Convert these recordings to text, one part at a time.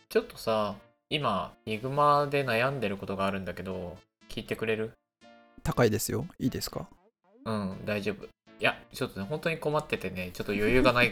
ちょっとさ、今、Figma で悩んでることがあるんだけど、聞いてくれる？ 高いですよ。いいですか？ うん、大丈夫。いや、ちょっとね、本当に困っててね、ちょっと余裕がない。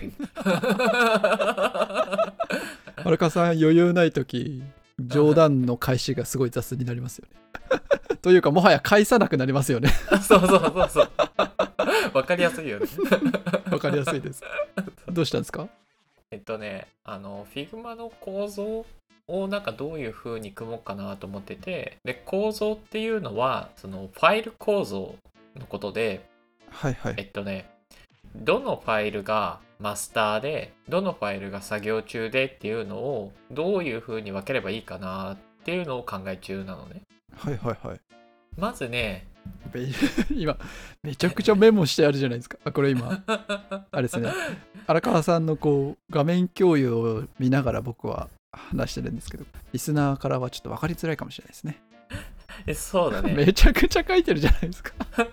荒川さん、余裕ないとき、冗談の開始がすごい雑になりますよね。というか、もはや返さなくなりますよね。 そうそうそうそう。わかりやすいよね。 わかりやすいです。どうしたんですか？ Figma の構造をなんかどういう風に組もうかなと思ってて、で、構造っていうのは、そのファイル構造のことで、 はいはい。 どのファイルがマスターで、どのファイルが作業中でっていうのをどういう風に分ければいいかなっていうのを考え中なのね。 はいはいはい。 まずね、 べ今、めちゃくちゃメモしてあるじゃないですか。これ今、あれですね。荒川さんのこう、画面共有を見ながら僕は話してるんですけど、リスナーからはちょっと分かりづらいかもしれないですね。 そうだね。 めちゃくちゃ書いてるじゃないですか。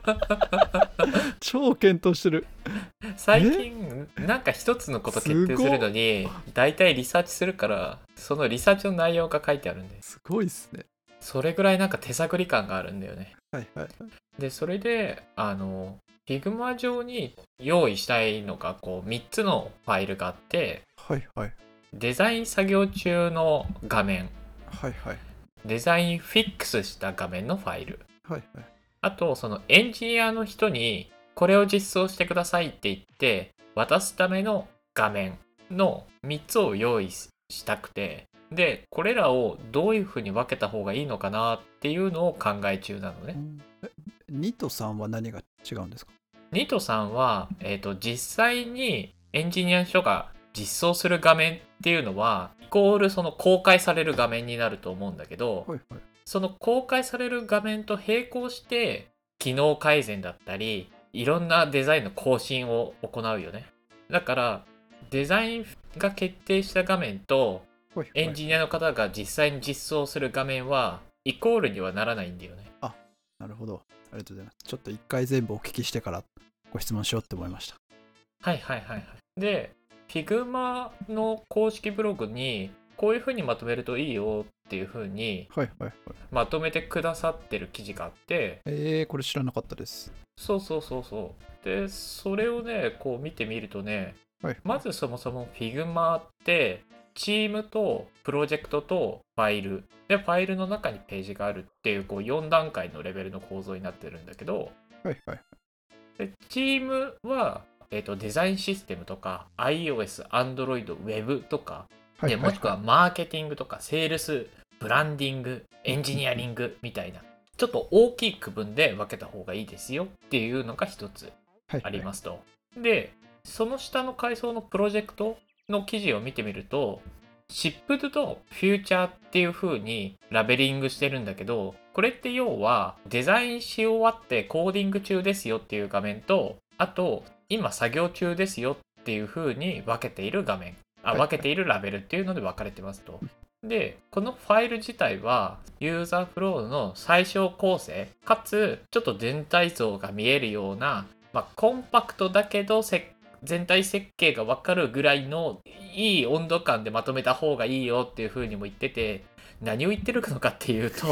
超検討してる。 最近なんか一つのこと決定するのに大体リサーチするから、そのリサーチの内容が書いてあるんです。 すごいっすね。 それぐらいなんか手探り感があるんだよね。 はいはい。 で、それでFigma 上に用意したいのがこう3つのファイルがあって、 はいはい。 デザイン作業中の画面、 はいはい。 デザインフィックスした画面のファイル、 はいはい。 あとそのエンジニアの人にこれを実装してくださいって言って渡すための画面の3つを用意したくて、でこれらをどういうふうに分けた方がいいのかなっていうのを考え中なのね。 ニトさんは何が違うんですか？ ニトさんは、実際にエンジニアの人が実装する画面っていうのはイコールその公開される画面になると思うんだけど、 はいはい。 その公開される画面と並行して機能改善だったりいろんなデザインの更新を行うよね。だからデザインが決定した画面とはいはい。 エンジニアの方が実際に実装する画面はイコールにはならないんだよね。 あ、なるほど。ありがとうございます。ちょっと一回全部お聞きしてからご質問しようって思いました。 はいはいはいはい。で、Figma の公式ブログにこういう風にまとめるといいよっていう風にはいはいはい。 まとめてくださってる記事があって、 これ知らなかったです。 そうそうそうそう。で、それをね、こう見てみるとね、 はいはい。 まずそもそも Figma ってチームとプロジェクトとファイルで、ファイルの中にページがあるっていうこう4段階のレベルの構造になってるんだけど、 はいはい。 でチームは、デザインシステムとか iOS、Android、Web とか、でもしくはいはいはい。 はマーケティングとかセールス、ブランディング、エンジニアリングみたいな、ちょっと大きい区分で分けた方がいいですよっていうのが一つありはいはい。 ますと。で、その下の階層のプロジェクトの記事を見てみると、シップドとフューチャーっていう風にラベリングしてるんだけど、これって要はデザインし終わってコーディング中ですよっていう画面と、あと今作業中ですよっていう風に分けている画面、 はいはい。 分けているラベルっていうので分かれてますと。で、このファイル自体はユーザーフローの最小構成かつちょっと全体像が見えるような、コンパクトだけど全体設計が分かるぐらいのいい温度感でまとめた方がいいよっていう風にも言ってて、何を言ってるのかっていうと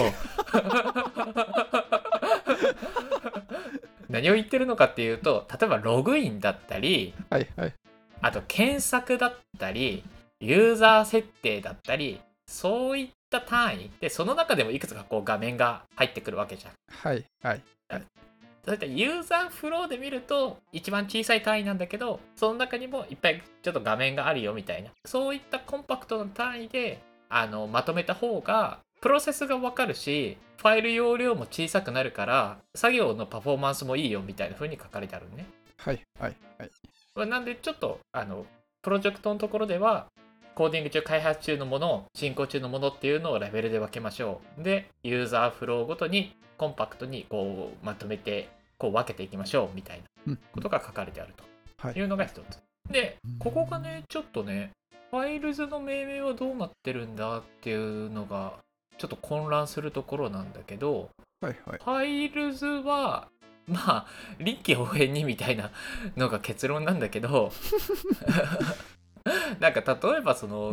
何を言ってるのかっていうと、例えばログインだったり、 はいはい。 あと検索だったり、ユーザー設定だったり、そういった単位で、その中でもいくつかこう画面が入ってくるわけじゃん。 はいはいはい。 だいたいユーザーフローで見ると一番小さい単位なんだけど、その中にもいっぱいちょっと画面があるよみたいな、そういったコンパクトな単位でまとめた方がプロセスがわかるし、ファイル容量も小さくなるから作業のパフォーマンスもいいよみたいな風に書かれてあるね。 はいはいはい。 なんでちょっとプロジェクトのところではコーディング中、開発中のもの、進行中のものっていうのをレベルで分けましょう。で、ユーザーフローごとにコンパクトにこうまとめてこう分けていきましょうみたいなうんことが書かれてあるはいというのが一つ。で、ここがね、ちょっとね、ファイルズの命名はどうなってるんだっていうのがちょっと混乱するところなんだけど、 はいはい。 ファイルズはまあ臨機応変にみたいなのが結論なんだけどなんか例えばその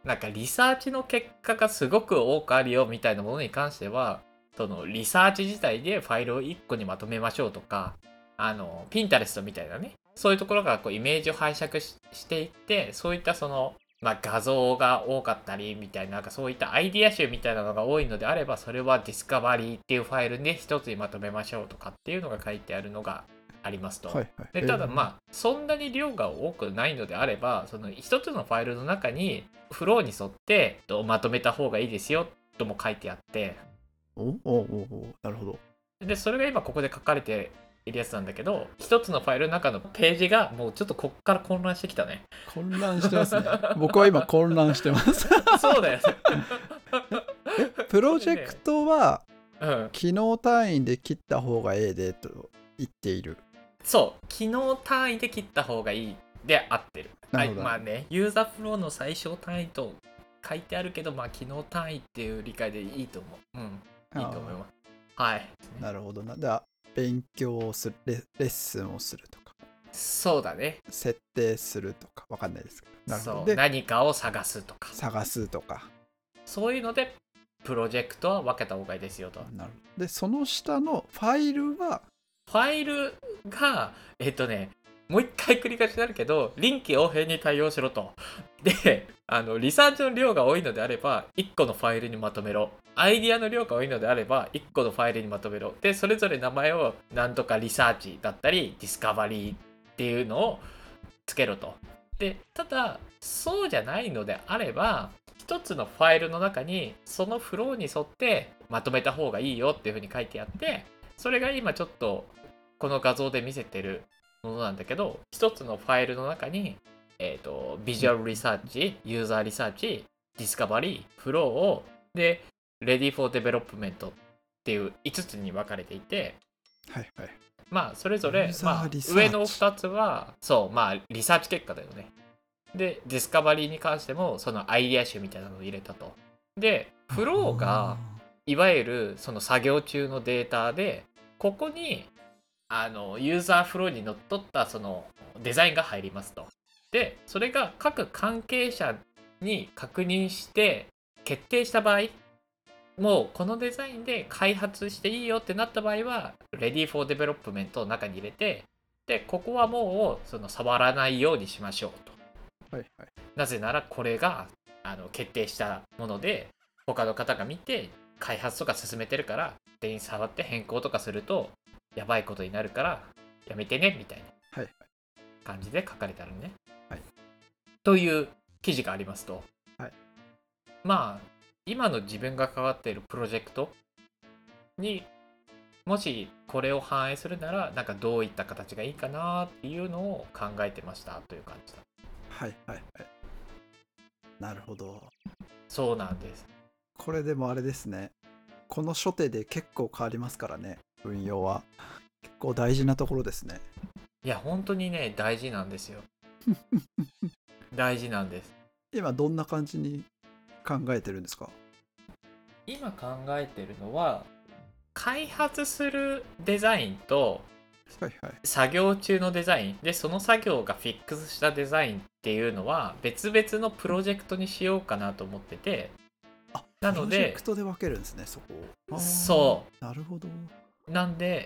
なんかリサーチの結果がすごく多くあるよみたいなものに関しては、そのリサーチ自体でファイルを1個にまとめましょうとか、ピンタレストみたいなね、そういうところからこうイメージを拝借していって、そういったその、画像が多かったりみたいな、なんかそういったアイディア集みたいなのが多いのであれば、それはディスカバリーっていうファイルで一つにまとめましょうとかっていうのが書いてあるのがありますと。 はいはい。 でただそんなに量が多くないのであれば、その一つのファイルの中にフローに沿ってまとめた方がいいですよとも書いてあって、 なるほど。 でそれが今ここで書かれているやつなんだけど、一つのファイルの中のページがもうちょっとこっから混乱してきたね。 混乱してますね。僕は今混乱してます。 そうだよね。 プロジェクトはうん、 機能単位で切った方がええでと言っている。 そう機能単位で切った方がいいで合ってる。 なるほど。 はい、ユーザーフローの最小単位と書いてあるけど、機能単位っていう理解でいいと思う。いいと思います。はい。 なるほどな。では勉強をするレッスンをするとか。 そうだね。 設定するとかわかんないですけど。 なるほど。で何かを探すとか。そういうのでプロジェクトは分けた方がいいですよと。 なるほど。でその下のファイルはファイルがもう一回繰り返しになるけど、臨機応変に対応しろと。で、リサーチの量が多いのであれば、1個のファイルにまとめろ。アイディアの量が多いのであれば、1個のファイルにまとめろ。で、それぞれ名前をなんとかリサーチだったり、ディスカバリーっていうのをつけろと。で、ただ、そうじゃないのであれば、一つのファイルの中に、そのフローに沿ってまとめた方がいいよっていうふうに書いてあって、それが今ちょっとこの画像で見せてるものなんだけど、一つのファイルの中に、ビジュアルリサーチ、ユーザーリサーチ、ディスカバリー、フローを、で、レディフォーデベロップメントっていう5つに分かれていて、 はいはい。 それぞれ、上の2つは、リサーチ結果だよね。で、ディスカバリーに関しても、そのアイデア集みたいなのを入れたと。で、フローが、いわゆるその作業中のデータで、ここにユーザーフローにのっとったそのデザインが入りますと。で、それが各関係者に確認して決定した場合、もうこのデザインで開発していいよってなった場合は、Ready for Development を中に入れて、で、ここはもうその触らないようにしましょうと。 はいはい。 なぜならこれが決定したもので、他の方が見て開発とか進めてるから、全員触って変更とかすると、やばいことになるからやめてねみたいな感じで書かれてあるね。 はい、 という記事がありますと、 はい、 今の自分が関わっているプロジェクトにもしこれを反映するなら、なんかどういった形がいいかなっていうのを考えてましたという感じだ。 はいはいはい。なるほど。 そうなんです。 これでもあれですね。この初手で結構変わりますからね。運用は結構大事なところですね。 いや本当にね、大事なんですよ。大事なんです。 今どんな感じに考えてるんですか？ 今考えてるのは、開発するデザインと作業中のデザインで、その作業がフィックスしたデザインっていうのは別々のプロジェクトにしようかなと思ってて、 なのでプロジェクトで分けるんですね、そこを。 そう。 なるほど。 なんで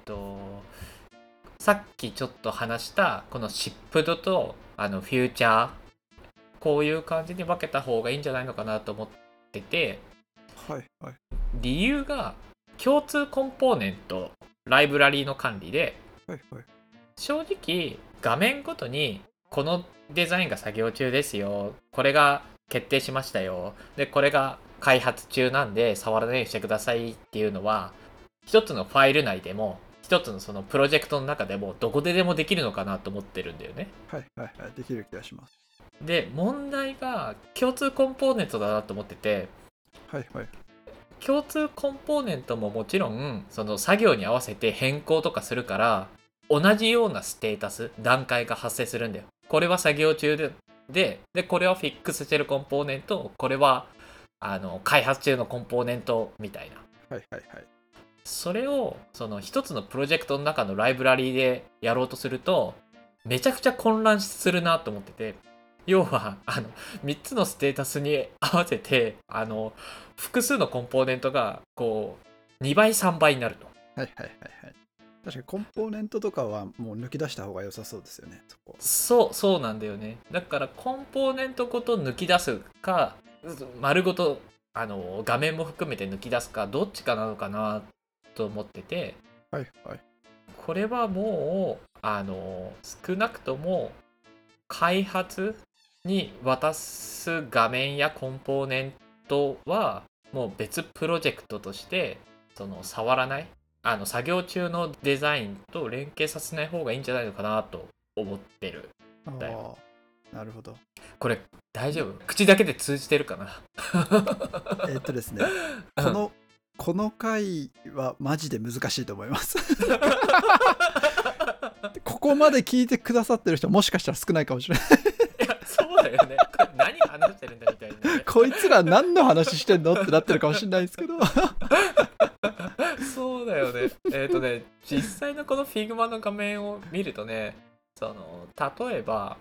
さっきちょっと話したこのシップドとフューチャー、こういう感じに分けた方がいいんじゃないのかなと思ってて、 はいはい。 理由が共通コンポーネント、ライブラリーの管理で、 はいはい、 正直画面ごとにこのデザインが作業中ですよ、これが決定しましたよ、でこれが開発中なんで触らないようにしてくださいっていうのは、一つのファイル内でも一つのそのプロジェクトの中でもどこででもできるのかなと思ってるんだよね。 はいはいはい、できる気がします。 で、問題が共通コンポーネントだなと思ってて、 はいはい。 共通コンポーネントももちろんその作業に合わせて変更とかするから、同じようなステータス、段階が発生するんだよ。これは作業中でこれはフィックスしてるコンポーネント、これは開発中のコンポーネントみたいな。 はいはいはい。 それをその一つのプロジェクトの中のライブラリーでやろうとするとめちゃくちゃ混乱するなと思ってて、 要は3つのステータスに合わせて複数のコンポーネントがこう2倍3倍になると。 はいはいはいはい。確かにコンポーネントとかはもう抜き出した方が良さそうですよね、そこ。 そうなんだよね。だからコンポーネントごと抜き出すか丸ごと画面も含めて抜き出すかどっちかなのかなと思ってて、 はいはい。 これはもう少なくとも開発に渡す画面やコンポーネントはもう別プロジェクトとして触らない、作業中のデザインと連携させない方がいいんじゃないのかなと思ってるんだよ。 なるほど。 これ大丈夫？口だけで通じてるかな？ ですね、この回はマジで難しいと思います。ここまで聞いてくださってる人もしかしたら少ないかもしれない。 いやそうだよね。これ何話してるんだみたいな、ね、 こいつら何の話してんのってなってるかもしれないですけど。 そうだよね。実際のこの Figma の画面を見るとね、例えば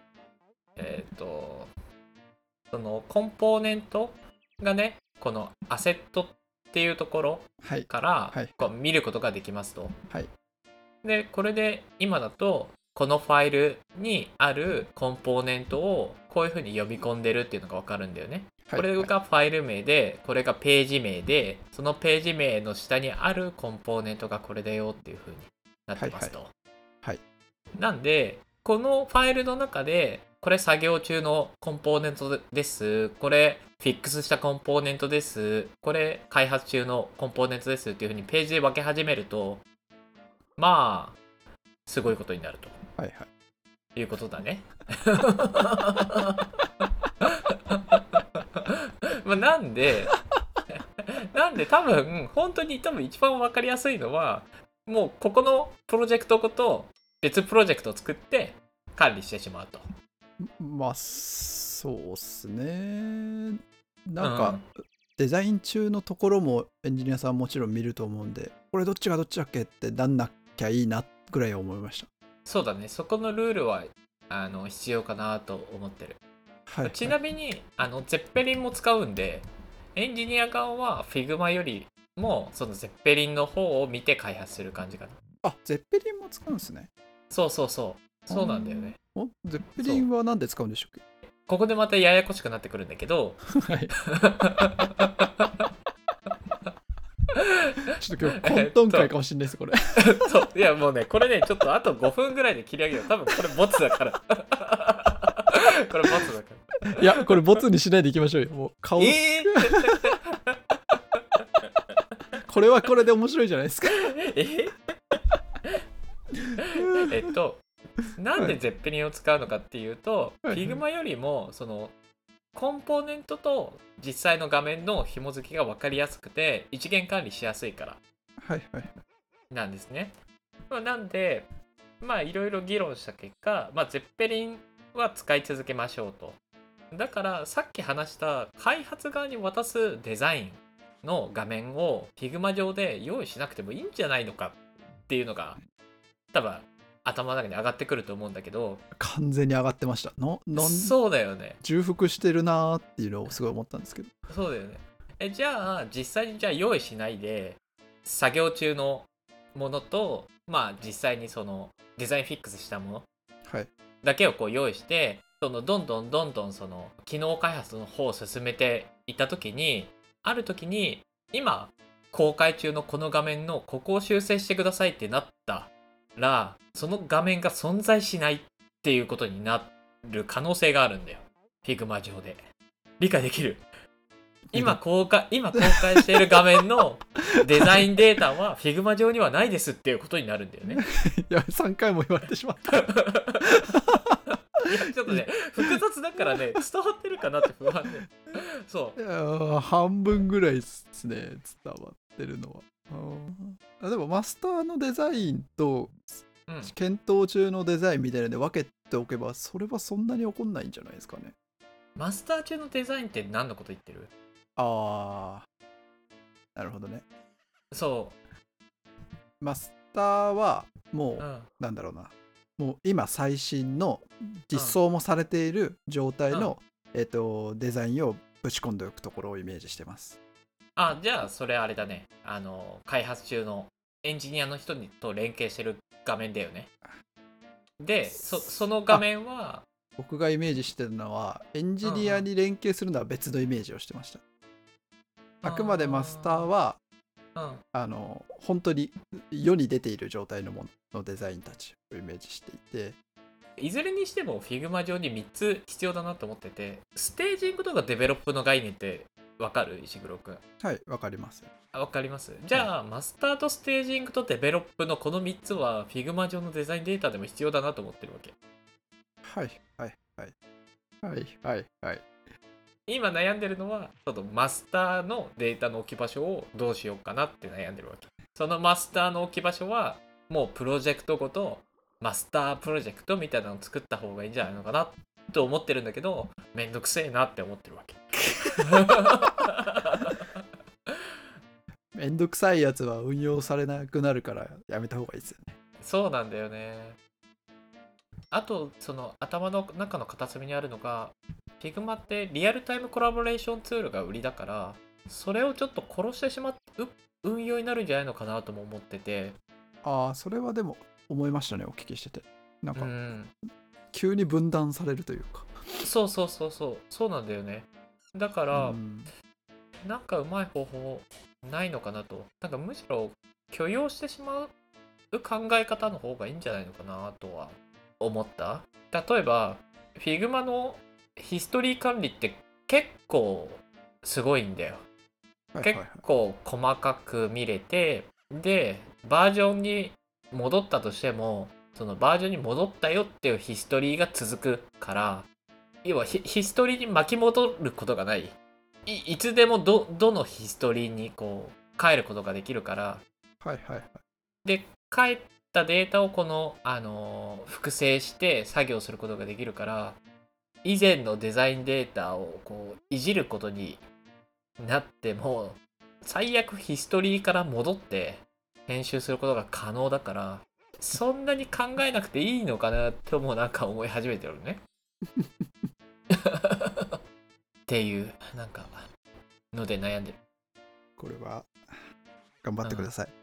そのコンポーネントがね、このアセットっていうところからこう見ることができますと。 はい、 でこれで今だとこのファイルにあるコンポーネントをこういう風に呼び込んでるっていうのが分かるんだよね。これがファイル名で、これがページ名で、そのページ名の下にあるコンポーネントがこれだよっていう風になってますと。なんでこのファイルの中でこれ作業中のコンポーネントです、これフィックスしたコンポーネントです、これ開発中のコンポーネントですっていう風にページで分け始めると、まあすごいことになると、いうことだね。まあなんで多分本当に一番分かりやすいのは、もうここのプロジェクトごと別プロジェクトを作って管理してしまうと。 まあそうっすね。なんか、デザイン中のところもエンジニアさんもちろん見ると思うんで、これどっちがどっちだっけってなんなきゃいいなぐらい思いました。 そうだね、そこのルールは必要かなと思ってる。ちなみにゼッペリンも使うんで、エンジニア側は Figma よりもそのゼッペリンの方を見て開発する感じかな。 あ、ゼッペリンも使うんですね。 そうなんだよね。 ゼッペリンは何で使うんでしょうっけ？ ここでまたややこしくなってくるんだけど、 はい。ちょっと今日混沌会かもしれないですこれ。 そういやもうね、これねちょっとあと5分ぐらいで切り上げる。多分これボツだから。これボツだから。 いやこれボツにしないでいきましょうよ。もう顔。これはこれで面白いじゃないですか。 なんでゼッペリンを使うのかっていうと、Figma よりもそのコンポーネントと実際の画面の紐付けが分かりやすくて一元管理しやすいからなんですね。なんでまあいろいろ議論した結果、ゼッペリンは使い続けましょうと。だからさっき話した開発側に渡すデザインの画面を Figma 上で用意しなくてもいいんじゃないのかっていうのが多分頭の中に上がってくると思うんだけど、 完全に上がってました。 そうだよね。 重複してるなーっていうのをすごい思ったんですけど。 そうだよね。じゃあ実際に用意しないで作業中のものと実際にそのデザインフィックスしたものだけをこう用意して、どんどんその機能開発の方を進めていった時に、ある時に今公開中のこの画面のここを修正してくださいってなったら、その画面が存在しないっていうことになる可能性があるんだよ、 Figma 上で。理解できる？今公開している画面のデザインデータは Figma 上にはないですっていうことになるんだよね。 いや3回も言われてしまった。 いやちょっとね複雑だからね、伝わってるかなって不安で。そういや半分ぐらいですね、伝わってるのは。でもマスターのデザインと検討中のデザインみたいなので分けておけば、それはそんなに起こんないんじゃないですかね。 マスター中のデザインって何のこと言ってる？ なるほどね。 そう、 マスターはもう、なんだろうな、 もう今最新の実装もされている状態の、デザインをぶち込んでおくところをイメージしてます。 あ、じゃあそれあれだね。開発中のエンジニアの人と連携してる画面だよね。で、その画面は僕がイメージしてるのはエンジニアに連携するのは別のイメージをしてました。あくまでマスターは本当に世に出ている状態のもののデザインたちをイメージしていて、 いずれにしても Figma 上に3つ必要だなと思ってて、ステージングとかデベロップの概念ってわかる？石黒くん。 はい、わかります。 わかります。じゃあ、マスターとステージングとデベロップのこの3つは Figma 上のデザインデータでも必要だなと思ってるわけ。 はいはいはいはいはいはい。 今悩んでるのはそのマスターのデータの置き場所をどうしようかなって悩んでるわけ。そのマスターの置き場所はもうプロジェクトごとマスタープロジェクトみたいなのを作った方がいいんじゃないのかなと思ってるんだけど、めんどくせえなって思ってるわけ。 めんどくさいやつは運用されなくなるからやめた方がいいですよね。 そうなんだよね。あとその頭の中の片隅にあるのが、Figma ってリアルタイムコラボレーションツールが売りだから、それをちょっと殺してしまう運用になるんじゃないのかなとも思ってて。 ああ、それはでも思いましたね、お聞きしてて。なんか、 うん、 急に分断されるというか。 そうなんだよね。だから、なんかうまい方法ないのかなと。なんかむしろ許容してしまう考え方の方がいいんじゃないのかなとは思った。例えば Figma のヒストリー管理って結構すごいんだよ。結構細かく見れて、でバージョンに戻ったとしてもそのバージョンに戻ったよっていうヒストリーが続くから、要はヒストリーに巻き戻ることがない。いつでもどのヒストリーにこう帰ることができるから、で帰ったデータをこの、複製して作業することができるから、以前のデザインデータをこういじることになっても最悪ヒストリーから戻って編集することが可能だから、そんなに考えなくていいのかなともなんか思い始めてるね。っていうなんかので悩んでる。 これは頑張ってください。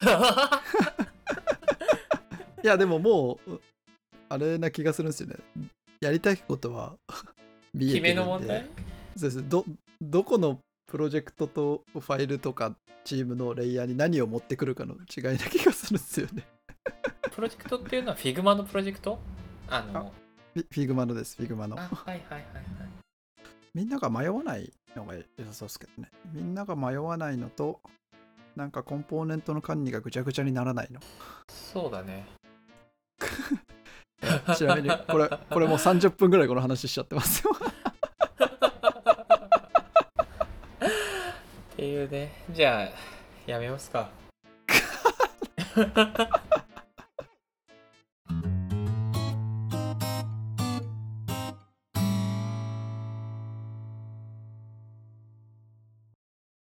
いやでももうあれな気がするんですよね。やりたいことは見えてるんで。 決めの問題？ そうです。どこのプロジェクトとファイルとかチームのレイヤーに何を持ってくるかの違いな気がするんですよね。 プロジェクトっていうのは Figma のプロジェクト ？Figma のです。Figma の。 はい。 みんなが迷わないのが良さそうですけどね。みんなが迷わないのと、なんかコンポーネントの管理がぐちゃぐちゃにならないの。 そうだね。 ちなみにこれもう30分ぐらいこの話しちゃってますよ。 っていうね。じゃあやめますか。